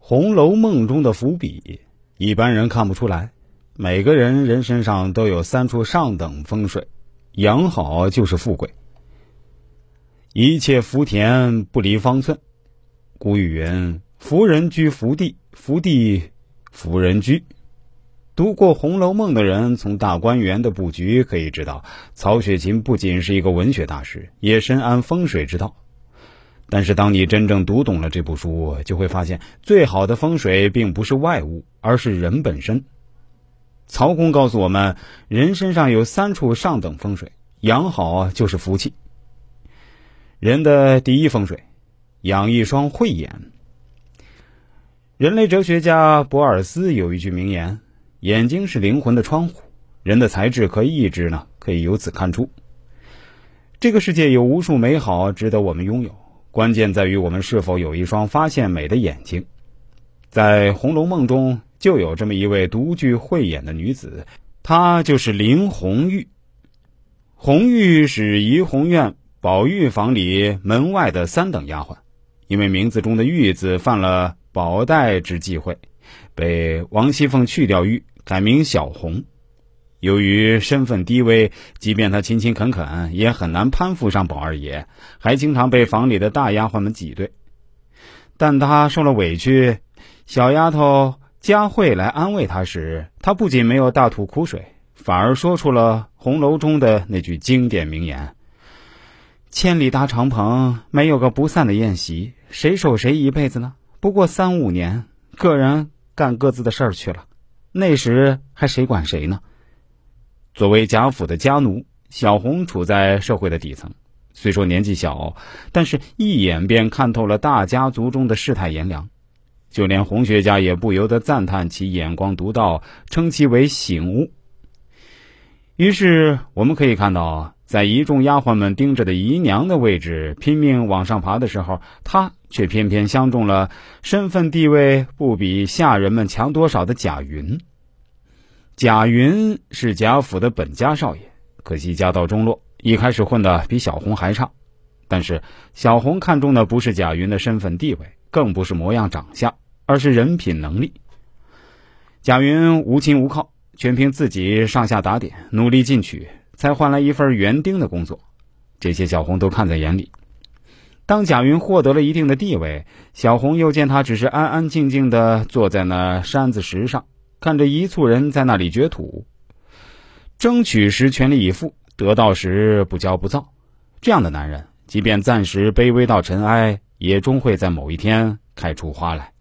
红楼梦中的伏笔，一般人看不出来。每个人身上都有3处上等风水，养好就是富贵。一切福田不离方寸。古语云：福人居福地，福地福人居。读过《红楼梦》的人，从大观园的布局可以知道，曹雪芹不仅是一个文学大师，也深谙风水之道。但是当你真正读懂了这部书，就会发现最好的风水并不是外物，而是人本身。曹公告诉我们，人身上有3处上等风水，养好就是福气。人的第一风水，养一双慧眼。人类哲学家博尔斯有一句名言，眼睛是灵魂的窗户，人的才智和意志呢，可以由此看出。这个世界有无数美好值得我们拥有，关键在于我们是否有一双发现美的眼睛。在《红楼梦》中就有这么一位独具慧眼的女子，她就是林红玉。红玉是怡红院宝玉房里门外的3等丫鬟，因为名字中的玉字犯了宝黛之忌讳，被王熙凤去掉玉，改名小红。由于身份低微，即便她勤勤恳恳，也很难攀附上宝二爷，还经常被房里的大丫鬟们挤兑。但她受了委屈，小丫头佳慧来安慰她时，她不仅没有大吐苦水，反而说出了红楼中的那句经典名言：千里搭长棚，没有个不散的宴席，谁守谁一辈子呢？不过3、5年，个人干各自的事儿去了，那时还谁管谁呢？作为贾府的家奴，小红处在社会的底层，虽说年纪小，但是一眼便看透了大家族中的世态炎凉。就连红学家也不由得赞叹其眼光独到，称其为醒悟。于是我们可以看到，在一众丫鬟们盯着的姨娘的位置拼命往上爬的时候，她却偏偏相中了身份地位不比下人们强多少的贾云。贾云是贾府的本家少爷，可惜家道中落，一开始混得比小红还差。但是小红看中的不是贾云的身份地位，更不是模样长相，而是人品能力。贾云无亲无靠，全凭自己上下打点，努力进取，才换来一份园丁的工作。这些小红都看在眼里。当贾云获得了一定的地位，小红又见他只是安安静静地坐在那山子石上，看着一簇人在那里掘土。争取时全力以赴，得到时不骄不躁。这样的男人，即便暂时卑微到尘埃，也终会在某一天开出花来。